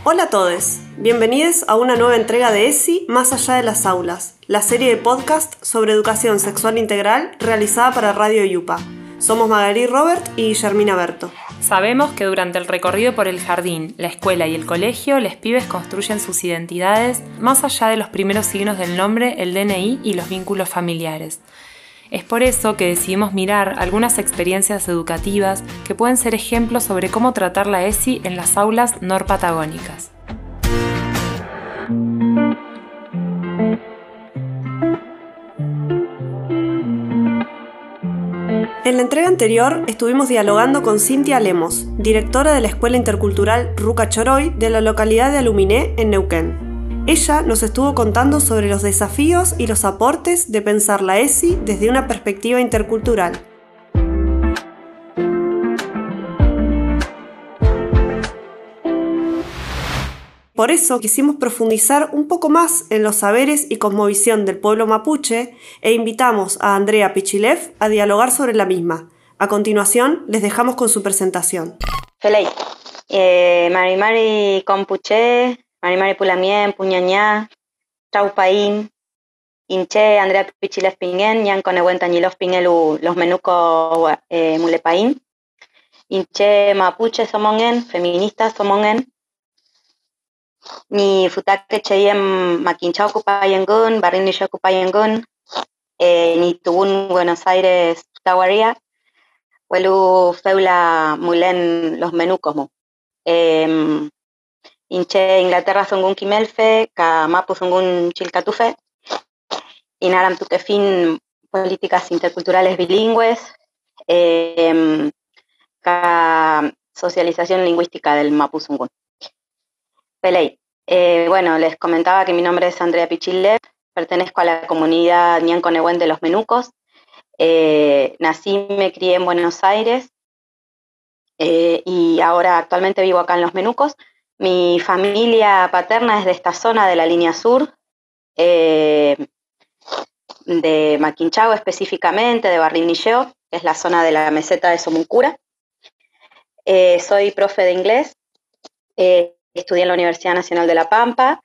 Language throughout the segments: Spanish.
Hola a todos, bienvenidos a una nueva entrega de ESI Más allá de las aulas, la serie de podcast sobre educación sexual integral realizada para Radio Yupa. Somos Magalí Robert y Guillermina Berto. Sabemos que durante el recorrido por el jardín, la escuela y el colegio, les pibes construyen sus identidades más allá de los primeros signos del nombre, el DNI y los vínculos familiares. Es por eso que decidimos mirar algunas experiencias educativas que pueden ser ejemplos sobre cómo tratar la ESI en las aulas norpatagónicas. En la entrega anterior estuvimos dialogando con Cintia Lemos, directora de la Escuela Intercultural Ruca Choroy de la localidad de Aluminé, en Neuquén. Ella nos estuvo contando sobre los desafíos y los aportes de pensar la ESI desde una perspectiva intercultural. Por eso quisimos profundizar un poco más en los saberes y cosmovisión del pueblo mapuche e invitamos a Andrea Pichilev a dialogar sobre la misma. A continuación, les dejamos con su presentación. Feley, Mari Compuche, Mari Pulamien, Puñañá, Traupaín, Inche, Andrea Pichilev Pingen, Ñan Conehuenta Ñilof Pingelu, Los Menuco Mulepaín, Inche Mapuche Somongen, feministas Somongen, ni Futake Cheyem Maquinchao Cupayengun, Barrini Cupayengun, ni Tubun Buenos Aires Tawaria, Huelu Feula Mulen Los Menucos. Inche Inglaterra Sungun Kimelfe, Ka Mapu Sungun Chilcatufe, Inaram Tuquefin Políticas Interculturales Bilingües, Ka Socialización Lingüística del Mapu Sungun. Peley. Bueno, les comentaba que mi nombre es Andrea Pichilev, pertenezco a la comunidad Ñanconehuen de los Menucos, nací y me crié en Buenos Aires y ahora actualmente vivo acá en los Menucos. Mi familia paterna es de esta zona de la línea sur, de Maquinchao específicamente, de Barrinilleo, que es la zona de la meseta de Somuncura. Soy profe de inglés. Estudié en la Universidad Nacional de La Pampa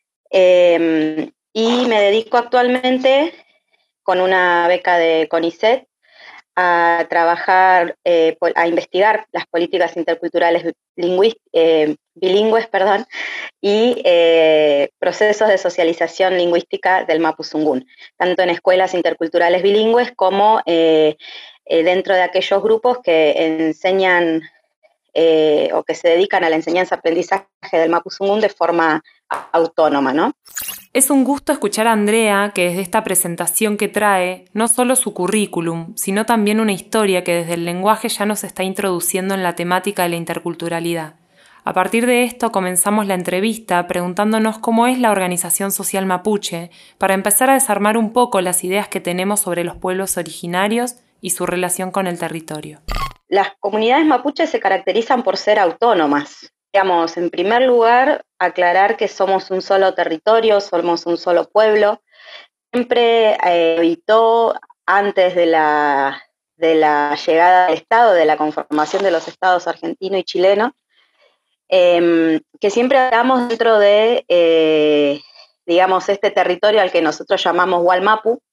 y me dedico actualmente con una beca de CONICET a trabajar, a investigar las políticas interculturales bilingües y procesos de socialización lingüística del Mapuzungún, tanto en escuelas interculturales bilingües como dentro de aquellos grupos que enseñan o que se dedican a la enseñanza-aprendizaje del Mapuzungún de forma autónoma, ¿no? Es un gusto escuchar a Andrea, que desde esta presentación que trae, no solo su currículum, sino también una historia que desde el lenguaje ya nos está introduciendo en la temática de la interculturalidad. A partir de esto comenzamos la entrevista preguntándonos cómo es la organización social mapuche, para empezar a desarmar un poco las ideas que tenemos sobre los pueblos originarios y su relación con el territorio. Las comunidades mapuches se caracterizan por ser autónomas. Digamos, en primer lugar, aclarar que somos un solo territorio, somos un solo pueblo. Siempre habitó antes de la llegada del Estado, de la conformación de los estados argentino y chileno, que siempre hablamos dentro de, digamos, este territorio al que nosotros llamamos Gualmapu,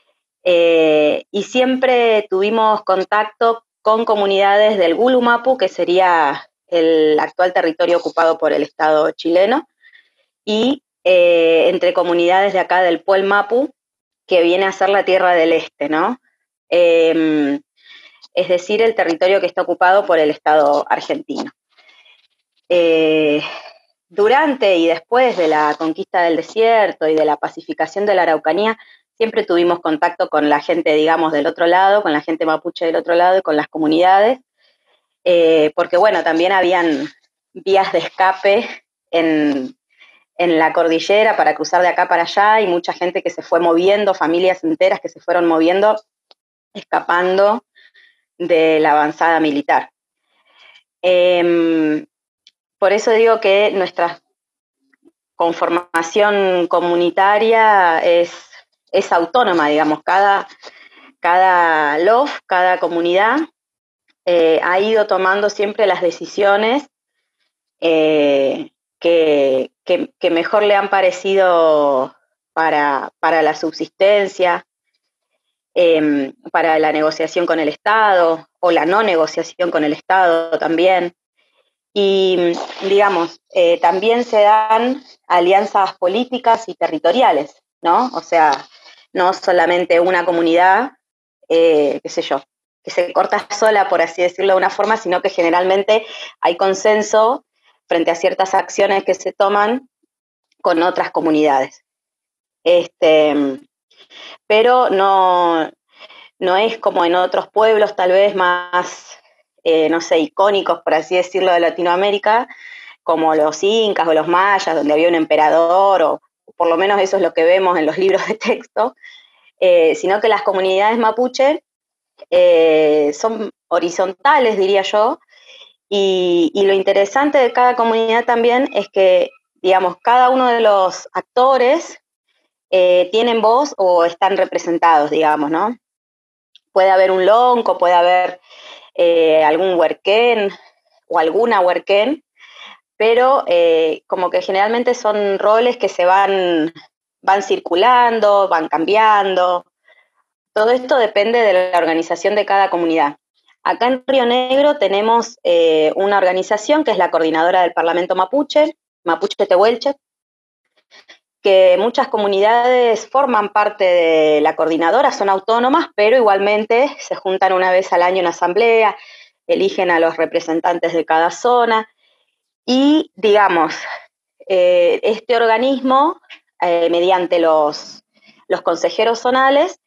y siempre tuvimos contacto con comunidades del Gulumapu, que sería el actual territorio ocupado por el Estado chileno, y entre comunidades de acá del Puel Mapu, que viene a ser la Tierra del Este, ¿no? Es decir, el territorio que está ocupado por el Estado argentino. Durante y después de la conquista del desierto y de la pacificación de la Araucanía, siempre tuvimos contacto con la gente, digamos, del otro lado, con la gente mapuche del otro lado y con las comunidades, porque, bueno, también habían vías de escape en la cordillera para cruzar de acá para allá y mucha gente que se fue moviendo, familias enteras que se fueron moviendo, escapando de la avanzada militar. Por eso digo que nuestra conformación comunitaria es autónoma, digamos, cada LOF, cada comunidad ha ido tomando siempre las decisiones que mejor le han parecido para la subsistencia, para la negociación con el Estado, o la no negociación con el Estado también. Y, digamos, también se dan alianzas políticas y territoriales, ¿no? O sea, no solamente una comunidad, qué sé yo, que se corta sola, por así decirlo de una forma, sino que generalmente hay consenso frente a ciertas acciones que se toman con otras comunidades. Pero no es como en otros pueblos tal vez más, no sé, icónicos, por así decirlo, de Latinoamérica, como los incas o los mayas, donde había un emperador, o por lo menos eso es lo que vemos en los libros de texto, sino que las comunidades mapuche son horizontales, diría yo, y lo interesante de cada comunidad también es que, digamos, cada uno de los actores tienen voz o están representados, digamos, ¿no? Puede haber un lonco, puede haber algún huerquén o alguna huerquén, pero como que generalmente son roles que se van circulando, van cambiando. Todo esto depende de la organización de cada comunidad. Acá en Río Negro tenemos una organización que es la Coordinadora del Parlamento Mapuche, Mapuche Tehuelche, que muchas comunidades forman parte de la coordinadora, son autónomas, pero igualmente se juntan una vez al año en asamblea, eligen a los representantes de cada zona y, digamos, este organismo, mediante los consejeros zonales,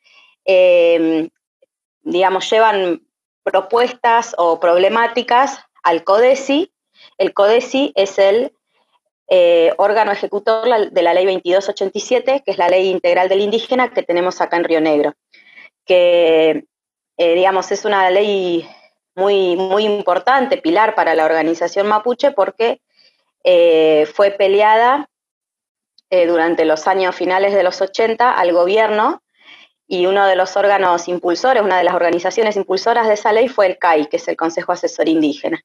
digamos, llevan propuestas o problemáticas al CODESI. El CODESI es el órgano ejecutor de la ley 2287, que es la ley integral del indígena que tenemos acá en Río Negro, que digamos es una ley muy, muy importante, pilar para la organización mapuche, porque fue peleada durante los años finales de los 80 al gobierno, y uno de los órganos impulsores, una de las organizaciones impulsoras de esa ley fue el CAI, que es el Consejo Asesor Indígena.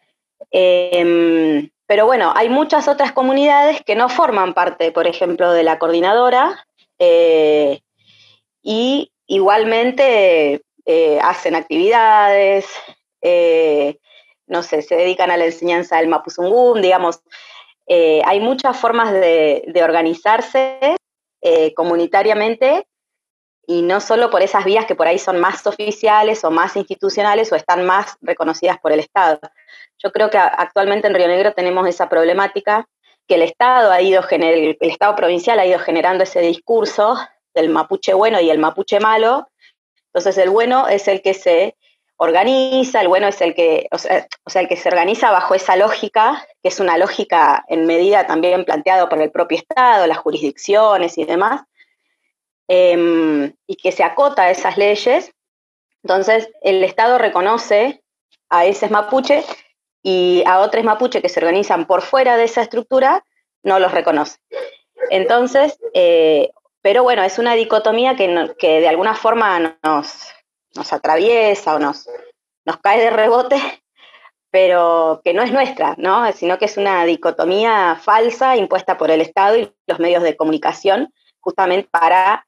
Pero bueno, hay muchas otras comunidades que no forman parte, por ejemplo, de la coordinadora, y igualmente hacen actividades, no sé, se dedican a la enseñanza del mapuzungún, digamos. Hay muchas formas de organizarse comunitariamente, y no solo por esas vías que por ahí son más oficiales o más institucionales o están más reconocidas por el Estado. Yo creo que actualmente en Río Negro tenemos esa problemática, que el Estado el Estado provincial ha ido generando ese discurso del mapuche bueno y el mapuche malo. Entonces el bueno es el que se organiza, el bueno es el que, o sea, el que se organiza bajo esa lógica, que es una lógica en medida también planteada por el propio Estado, las jurisdicciones y demás, y que se acota a esas leyes. Entonces el Estado reconoce a esos mapuche, y a otros mapuche que se organizan por fuera de esa estructura no los reconoce. Entonces, pero bueno, es una dicotomía que de alguna forma nos atraviesa o nos cae de rebote, pero que no es nuestra, ¿no? Sino que es una dicotomía falsa impuesta por el Estado y los medios de comunicación, justamente para,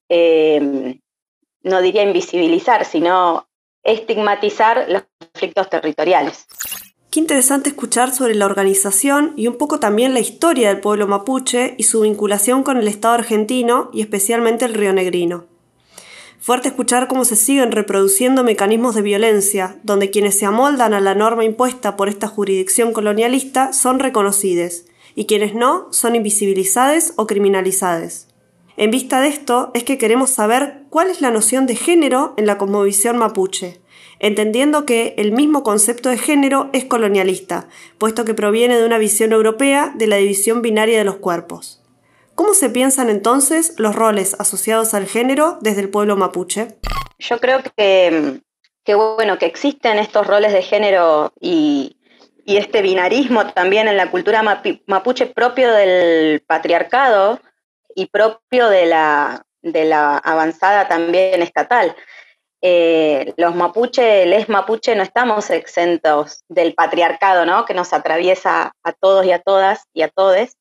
no diría invisibilizar, sino estigmatizar los conflictos territoriales. Qué interesante escuchar sobre la organización y un poco también la historia del pueblo mapuche y su vinculación con el Estado argentino y especialmente el rionegrino. Fuerte escuchar cómo se siguen reproduciendo mecanismos de violencia, donde quienes se amoldan a la norma impuesta por esta jurisdicción colonialista son reconocidos, y quienes no son invisibilizados o criminalizados. En vista de esto es que queremos saber cuál es la noción de género en la cosmovisión mapuche, entendiendo que el mismo concepto de género es colonialista, puesto que proviene de una visión europea de la división binaria de los cuerpos. ¿Cómo se piensan entonces los roles asociados al género desde el pueblo mapuche? Yo creo que bueno, que existen estos roles de género y este binarismo también en la cultura mapuche, propio del patriarcado y propio de la avanzada también estatal. los mapuche, les mapuche, no estamos exentos del patriarcado, ¿no? Que nos atraviesa a todos y a todas y a todes.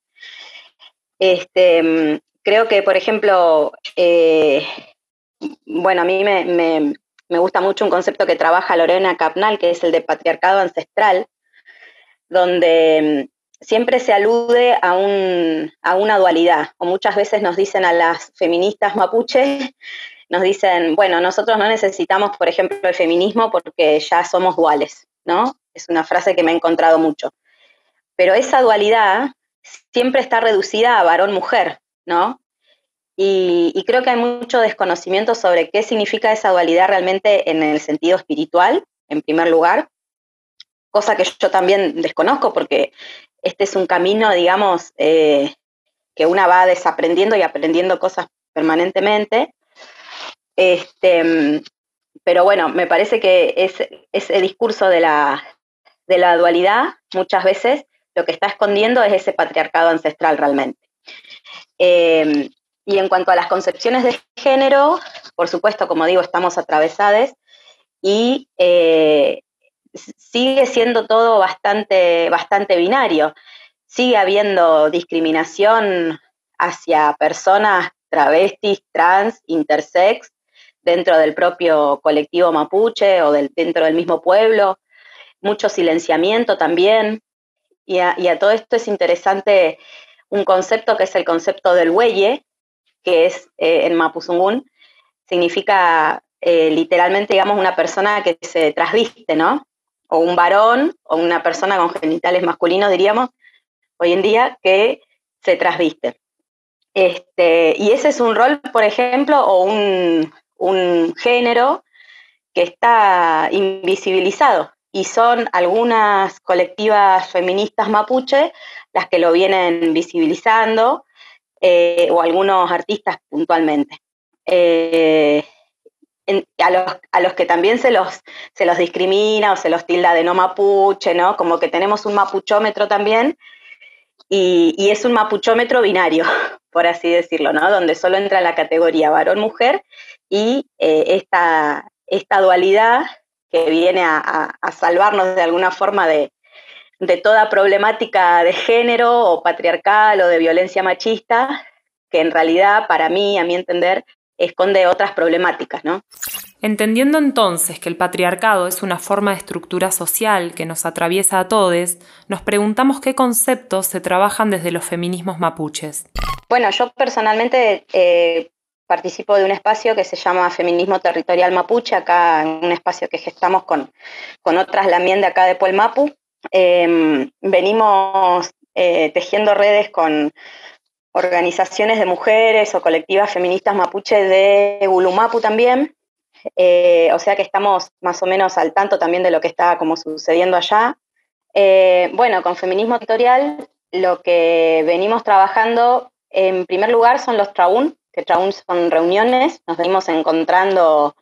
Creo que, por ejemplo, bueno, a mí me gusta mucho un concepto que trabaja Lorena Capnal, que es el de patriarcado ancestral, donde siempre se alude a una dualidad, o muchas veces nos dicen a las feministas mapuche, nos dicen, bueno, nosotros no necesitamos, por ejemplo, el feminismo porque ya somos duales, ¿no? Es una frase que me he encontrado mucho. Pero esa dualidad siempre está reducida a varón-mujer, ¿no? Y creo que hay mucho desconocimiento sobre qué significa esa dualidad realmente en el sentido espiritual, en primer lugar, cosa que yo también desconozco porque este es un camino, digamos, que una va desaprendiendo y aprendiendo cosas permanentemente. Pero bueno, me parece que ese discurso de la dualidad, muchas veces, lo que está escondiendo es ese patriarcado ancestral realmente. Y en cuanto a las concepciones de género, por supuesto, como digo, estamos atravesadas y sigue siendo todo bastante binario. Sigue habiendo discriminación hacia personas travestis, trans, intersex, dentro del propio colectivo mapuche o dentro del mismo pueblo, mucho silenciamiento también, y a todo esto es interesante un concepto que es el concepto del huelle, que es en Mapuzungún, significa literalmente, digamos, una persona que se trasviste, ¿no? O un varón, o una persona con genitales masculinos, diríamos, hoy en día, que se trasviste. Y ese es un rol, por ejemplo, o un género que está invisibilizado, y son algunas colectivas feministas mapuche las que lo vienen visibilizando, o algunos artistas puntualmente. A los que también se los discrimina o se los tilda de no mapuche, ¿no? Como que tenemos un mapuchómetro también, y es un mapuchómetro binario, por así decirlo, ¿no? Donde solo entra la categoría varón-mujer y esta dualidad que viene a salvarnos de alguna forma de toda problemática de género o patriarcal o de violencia machista, que en realidad, para mí, a mi entender, esconde otras problemáticas, ¿no? Entendiendo entonces que el patriarcado es una forma de estructura social que nos atraviesa a todos, nos preguntamos qué conceptos se trabajan desde los feminismos mapuches. Bueno, yo personalmente participo de un espacio que se llama Feminismo Territorial Mapuche, acá en un espacio que gestamos con otras lamien de acá de Puelmapu. Venimos tejiendo redes con organizaciones de mujeres o colectivas feministas mapuche de Gulumapu también, o sea que estamos más o menos al tanto también de lo que está como sucediendo allá. Bueno, con Feminismo Territorial lo que venimos trabajando en primer lugar son los traún, que traún son reuniones, nos venimos encontrando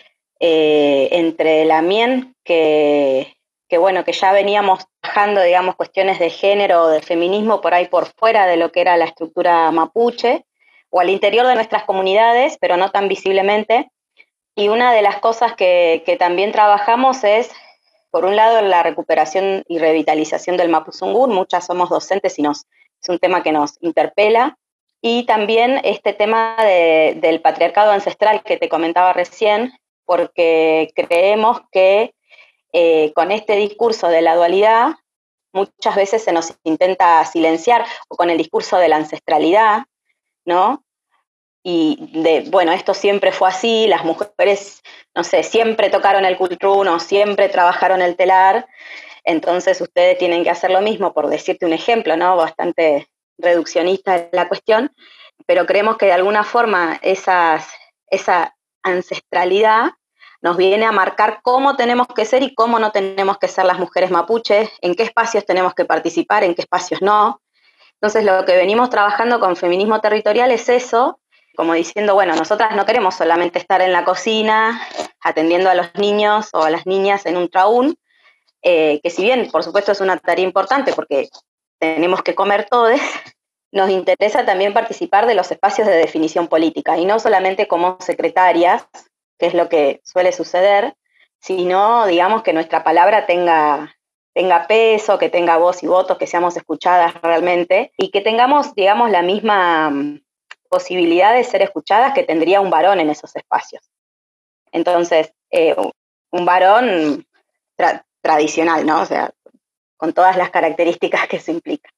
entre la MIEN, que bueno, que ya veníamos trabajando, digamos, cuestiones de género o de feminismo por ahí por fuera de lo que era la estructura mapuche, o al interior de nuestras comunidades, pero no tan visiblemente. Y una de las cosas que también trabajamos es, por un lado, la recuperación y revitalización del Mapuzungún. Muchas somos docentes y es un tema que nos interpela. Y también este tema del patriarcado ancestral que te comentaba recién, porque creemos que con este discurso de la dualidad muchas veces se nos intenta silenciar, o con el discurso de la ancestralidad, ¿no? Y bueno, esto siempre fue así, las mujeres, no sé, siempre tocaron el cultrún o siempre trabajaron el telar, entonces ustedes tienen que hacer lo mismo, por decirte un ejemplo, ¿no? Bastante reduccionista la cuestión, pero creemos que de alguna forma esa ancestralidad nos viene a marcar cómo tenemos que ser y cómo no tenemos que ser las mujeres mapuches, en qué espacios tenemos que participar, en qué espacios no. Entonces lo que venimos trabajando con Feminismo Territorial es eso, como diciendo, bueno, nosotras no queremos solamente estar en la cocina atendiendo a los niños o a las niñas en un traún, que si bien, por supuesto, es una tarea importante porque tenemos que comer todos, nos interesa también participar de los espacios de definición política, y no solamente como secretarias que es lo que suele suceder, sino, digamos, que nuestra palabra tenga peso, que tenga voz y votos, que seamos escuchadas realmente y que tengamos, digamos, la misma posibilidad de ser escuchadas que tendría un varón en esos espacios. Entonces, un varón tradicional, ¿no? O sea, con todas las características que eso implica.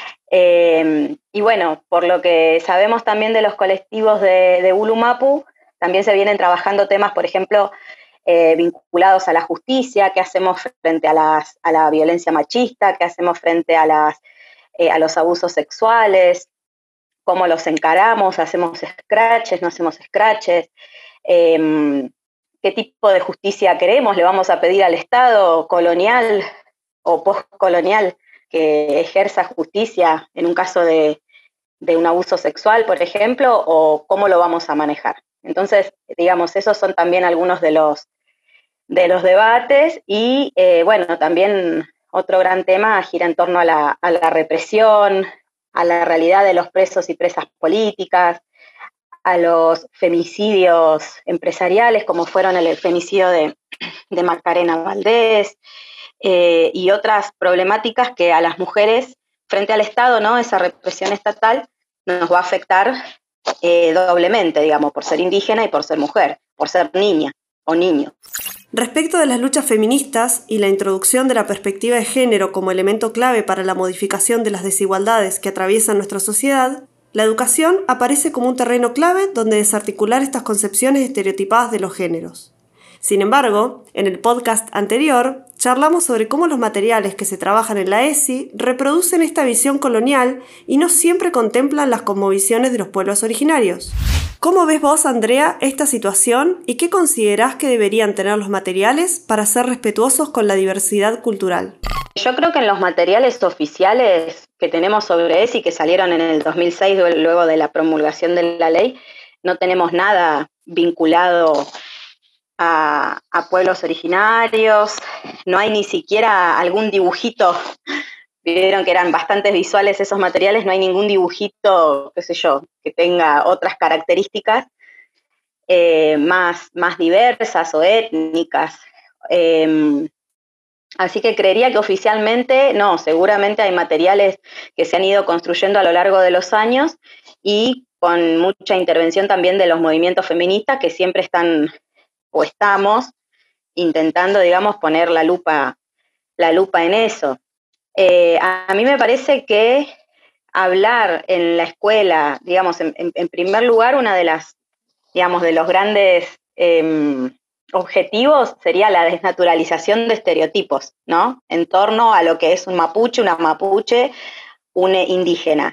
Y bueno, por lo que sabemos también de los colectivos de Ulumapu, también se vienen trabajando temas, por ejemplo, vinculados a la justicia, qué hacemos frente a la violencia machista, qué hacemos frente a los abusos sexuales, cómo los encaramos, hacemos scratches, no hacemos scratches, qué tipo de justicia queremos, le vamos a pedir al Estado colonial o postcolonial que ejerza justicia en un caso de un abuso sexual, por ejemplo, o cómo lo vamos a manejar. Entonces, digamos, esos son también algunos de los debates y, bueno, también otro gran tema gira en torno a la represión, a la realidad de los presos y presas políticas, a los femicidios empresariales, como fueron el femicidio de Macarena Valdés, y otras problemáticas que a las mujeres frente al Estado, ¿no? Esa represión estatal nos va a afectar doblemente, digamos, por ser indígena y por ser mujer, por ser niña o niño. Respecto de las luchas feministas y la introducción de la perspectiva de género como elemento clave para la modificación de las desigualdades que atraviesan nuestra sociedad, la educación aparece como un terreno clave donde desarticular estas concepciones estereotipadas de los géneros. Sin embargo, en el podcast anterior, charlamos sobre cómo los materiales que se trabajan en la ESI reproducen esta visión colonial y no siempre contemplan las cosmovisiones de los pueblos originarios. ¿Cómo ves vos, Andrea, esta situación y qué considerás que deberían tener los materiales para ser respetuosos con la diversidad cultural? Yo creo que en los materiales oficiales que tenemos sobre ESI, que salieron en el 2006, luego de la promulgación de la ley, no tenemos nada vinculado a pueblos originarios, no hay ni siquiera algún dibujito, vieron que eran bastante visuales esos materiales, no hay ningún dibujito, qué sé yo, que tenga otras características más diversas o étnicas. Así que creería que oficialmente no, seguramente hay materiales que se han ido construyendo a lo largo de los años y con mucha intervención también de los movimientos feministas que siempre están o estamos intentando, digamos, poner la lupa en eso. A mí me parece que hablar en la escuela, digamos, en primer lugar, una de las, digamos, de los grandes objetivos sería la desnaturalización de estereotipos, ¿no? En torno a lo que es un mapuche, una mapuche, un indígena.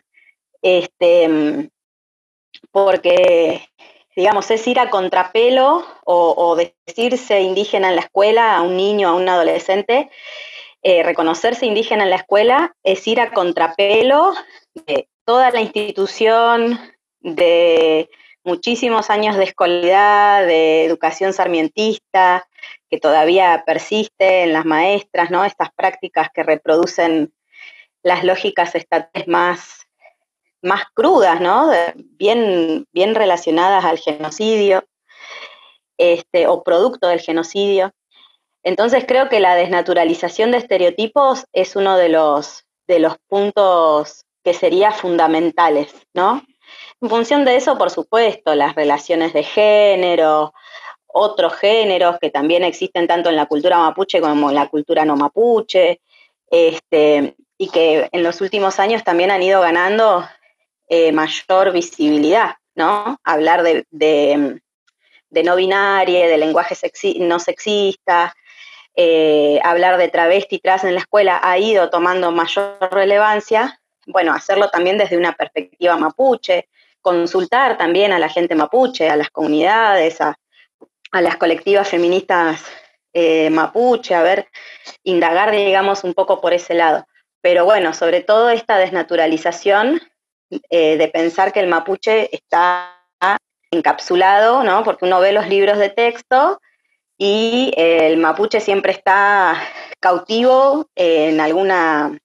Porque, digamos, es ir a contrapelo o decirse indígena en la escuela a un niño, a un adolescente, reconocerse indígena en la escuela es ir a contrapelo de toda la institución, de muchísimos años de escolaridad, de educación sarmientista, que todavía persiste en las maestras, ¿no? Estas prácticas que reproducen las lógicas estatales más crudas, ¿no? Bien relacionadas al genocidio, o producto del genocidio. Entonces creo que la desnaturalización de estereotipos es uno de los puntos que sería fundamentales, ¿no? En función de eso, por supuesto, las relaciones de género, otros géneros que también existen tanto en la cultura mapuche como en la cultura no mapuche, y que en los últimos años también han ido ganando mayor visibilidad, ¿no? Hablar de no binaria, de lenguaje no sexista, hablar de travesti trans en la escuela ha ido tomando mayor relevancia. Bueno, hacerlo también desde una perspectiva mapuche, consultar también a la gente mapuche, a las comunidades, a las colectivas feministas mapuche, a ver, indagar, digamos, un poco por ese lado. Pero bueno, sobre todo esta desnaturalización de pensar que el mapuche está encapsulado, ¿no? Porque uno ve los libros de texto y el mapuche siempre está cautivo en alguna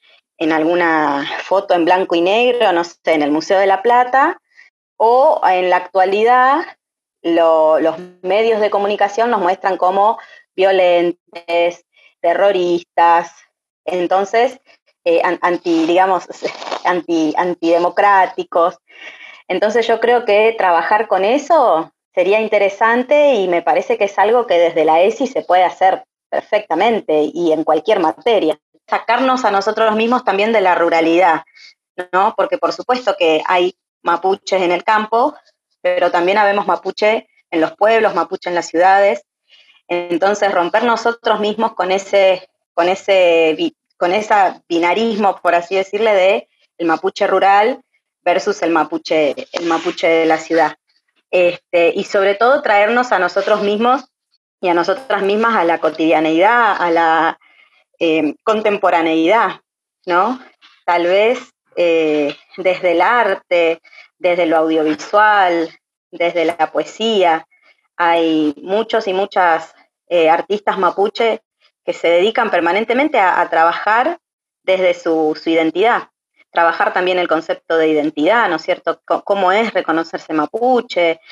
foto en blanco y negro, no sé, en el Museo de la Plata, o en la actualidad los medios de comunicación nos muestran como violentos, terroristas, entonces antidemocráticos. Entonces yo creo que trabajar con eso sería interesante y me parece que es algo que desde la ESI se puede hacer perfectamente y en cualquier materia. Sacarnos a nosotros mismos también de la ruralidad, ¿no? Porque por supuesto que hay mapuches en el campo, pero también habemos mapuche en los pueblos, mapuche en las ciudades. Entonces romper nosotros mismos con ese binarismo, por así decirle, de el mapuche rural versus el mapuche de la ciudad. Y sobre todo traernos a nosotros mismos y a nosotras mismas a la cotidianeidad, a la contemporaneidad, ¿no? Tal vez desde el arte, desde lo audiovisual, desde la poesía, hay muchos y muchas artistas mapuche que se dedican permanentemente a trabajar desde su identidad. Trabajar también el concepto de identidad, ¿no es cierto? ¿Cómo es reconocerse mapuche?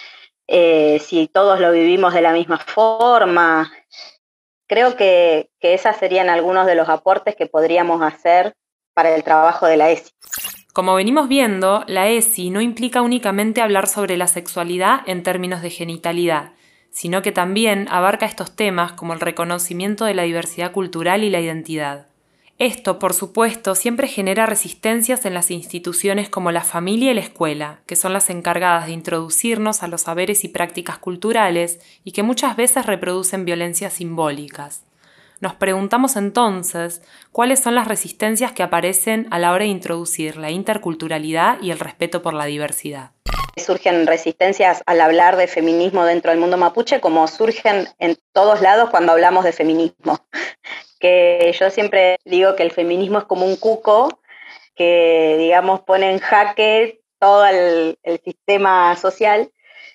Si todos lo vivimos de la misma forma. Creo que esos serían algunos de los aportes que podríamos hacer para el trabajo de la ESI. Como venimos viendo, la ESI no implica únicamente hablar sobre la sexualidad en términos de genitalidad, sino que también abarca estos temas como el reconocimiento de la diversidad cultural y la identidad. Esto, por supuesto, siempre genera resistencias en las instituciones como la familia y la escuela, que son las encargadas de introducirnos a los saberes y prácticas culturales y que muchas veces reproducen violencias simbólicas. Nos preguntamos entonces cuáles son las resistencias que aparecen a la hora de introducir la interculturalidad y el respeto por la diversidad. Surgen resistencias al hablar de feminismo dentro del mundo mapuche, como surgen en todos lados cuando hablamos de feminismo. Que yo siempre digo que el feminismo es como un cuco que, digamos, pone en jaque todo el sistema social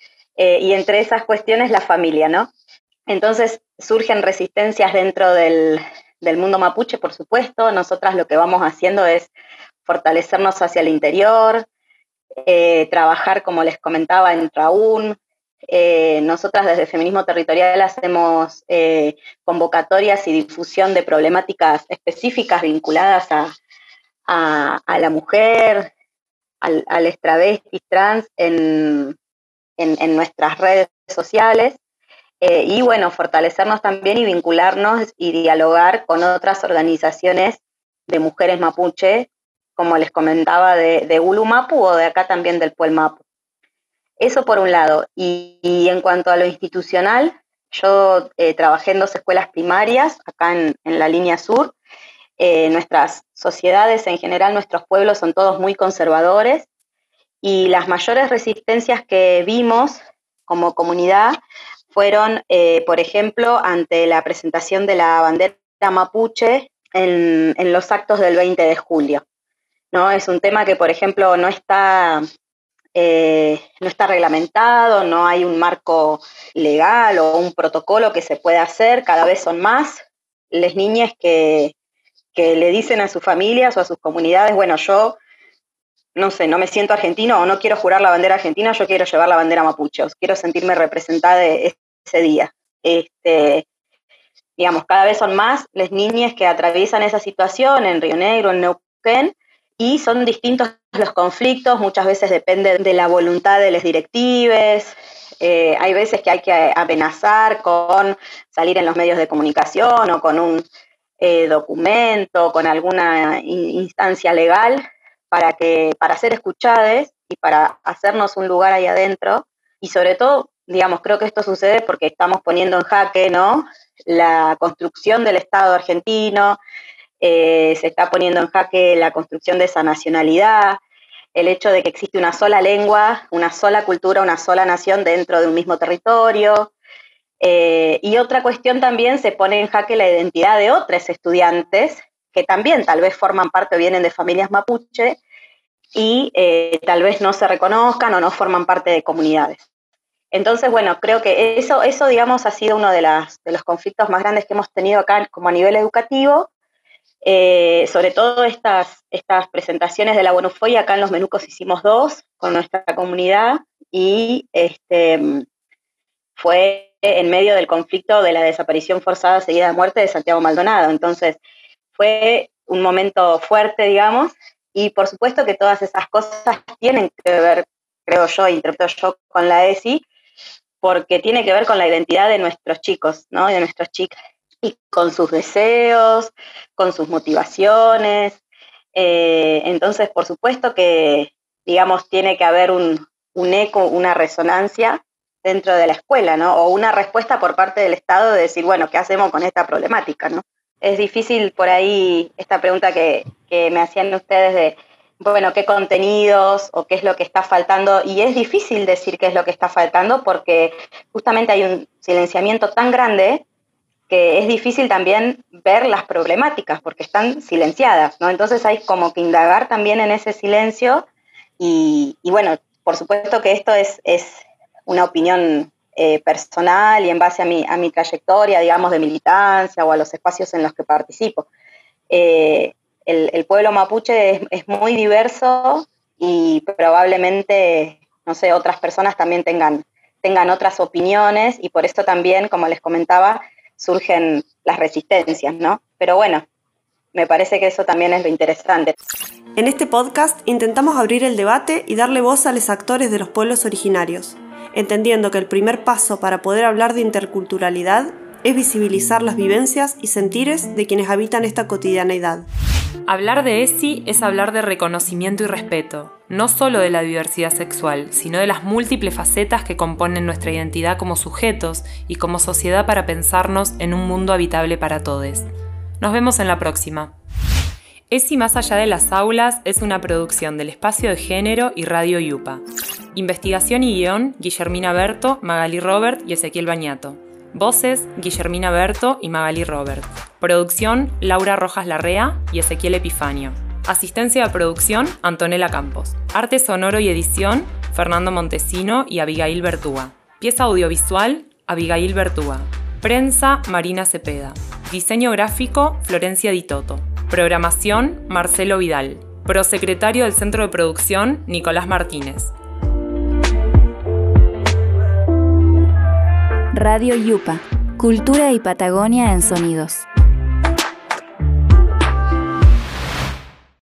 y entre esas cuestiones la familia, ¿no? Entonces surgen resistencias dentro del mundo mapuche, por supuesto. Nosotras lo que vamos haciendo es fortalecernos hacia el interior, trabajar, como les comentaba, en Raún. Nosotras desde Feminismo Territorial hacemos convocatorias y difusión de problemáticas específicas vinculadas a la mujer, al travestis, trans en nuestras redes sociales. Y bueno, fortalecernos también y vincularnos y dialogar con otras organizaciones de mujeres mapuche, como les comentaba, de Ulumapu o de acá también del Puelmapu. Eso por un lado. Y en cuanto a lo institucional, yo trabajé en 2 escuelas primarias, acá en la línea sur. Nuestras sociedades en general, nuestros pueblos son todos muy conservadores y las mayores resistencias que vimos como comunidad fueron, por ejemplo, ante la presentación de la bandera mapuche en los actos del 20 de julio. ¿No? Es un tema que, por ejemplo, no está reglamentado, no hay un marco legal o un protocolo que se pueda hacer, cada vez son más las niñas que le dicen a sus familias o a sus comunidades, bueno, yo no sé, no me siento argentino o no quiero jurar la bandera argentina, yo quiero llevar la bandera mapuche, o quiero sentirme representada ese día. Digamos, cada vez son más las niñas que atraviesan esa situación en Río Negro, en Neuquén, y son distintos los conflictos, muchas veces depende de la voluntad de los directives, hay veces que hay que amenazar con salir en los medios de comunicación o con un documento, con alguna instancia legal para ser escuchadas y para hacernos un lugar ahí adentro. Y sobre todo, digamos, creo que esto sucede porque estamos poniendo en jaque, ¿no?, la construcción del Estado argentino, se está poniendo en jaque la construcción de esa nacionalidad, el hecho de que existe una sola lengua, una sola cultura, una sola nación dentro de un mismo territorio. Y otra cuestión también, se pone en jaque la identidad de otros estudiantes que también tal vez forman parte o vienen de familias mapuche y tal vez no se reconozcan o no forman parte de comunidades. Entonces, bueno, creo que eso digamos, ha sido uno de los conflictos más grandes que hemos tenido acá como a nivel educativo. Sobre todo estas presentaciones de la Buenofoy, acá en Los Menucos hicimos 2 con nuestra comunidad y fue en medio del conflicto de la desaparición forzada seguida de muerte de Santiago Maldonado. Entonces, fue un momento fuerte, digamos, y por supuesto que todas esas cosas tienen que ver, creo yo, interpreto yo, con la ESI, porque tiene que ver con la identidad de nuestros chicos, ¿no? De nuestras chicas, y con sus deseos, con sus motivaciones. Entonces, por supuesto que, digamos, tiene que haber un eco, una resonancia dentro de la escuela, ¿no? O una respuesta por parte del Estado de decir, bueno, ¿qué hacemos con esta problemática, no? Es difícil por ahí esta pregunta que me hacían ustedes de, bueno, qué contenidos o qué es lo que está faltando, y es difícil decir qué es lo que está faltando porque justamente hay un silenciamiento tan grande que es difícil también ver las problemáticas porque están silenciadas, ¿no? Entonces hay como que indagar también en ese silencio y bueno, por supuesto que esto es una opinión personal y en base a mi trayectoria, digamos, de militancia o a los espacios en los que participo. El pueblo mapuche es muy diverso y probablemente, no sé, otras personas también tengan otras opiniones y por eso también, como les comentaba, surgen las resistencias, ¿no? Pero bueno, me parece que eso también es lo interesante. En este podcast intentamos abrir el debate y darle voz a los actores de los pueblos originarios, entendiendo que el primer paso para poder hablar de interculturalidad es visibilizar las vivencias y sentires de quienes habitan esta cotidianeidad. Hablar de ESI es hablar de reconocimiento y respeto, no solo de la diversidad sexual, sino de las múltiples facetas que componen nuestra identidad como sujetos y como sociedad para pensarnos en un mundo habitable para todos. Nos vemos en la próxima. ESI Más allá de las aulas es una producción del Espacio de Género y Radio Yupa. Investigación y guión, Guillermina Berto, Magalí Robert y Ezequiel Bañato. Voces, Guillermina Berto y Magalí Robert. Producción, Laura Rojas Larrea y Ezequiel Epifanio. Asistencia de producción, Antonella Campos. Arte sonoro y edición, Fernando Montesino y Abigail Bertúa. Pieza audiovisual, Abigail Bertúa. Prensa, Marina Cepeda. Diseño gráfico, Florencia Di Toto. Programación, Marcelo Vidal. Prosecretario del Centro de Producción, Nicolás Martínez. Radio Yupa, Cultura y Patagonia en sonidos.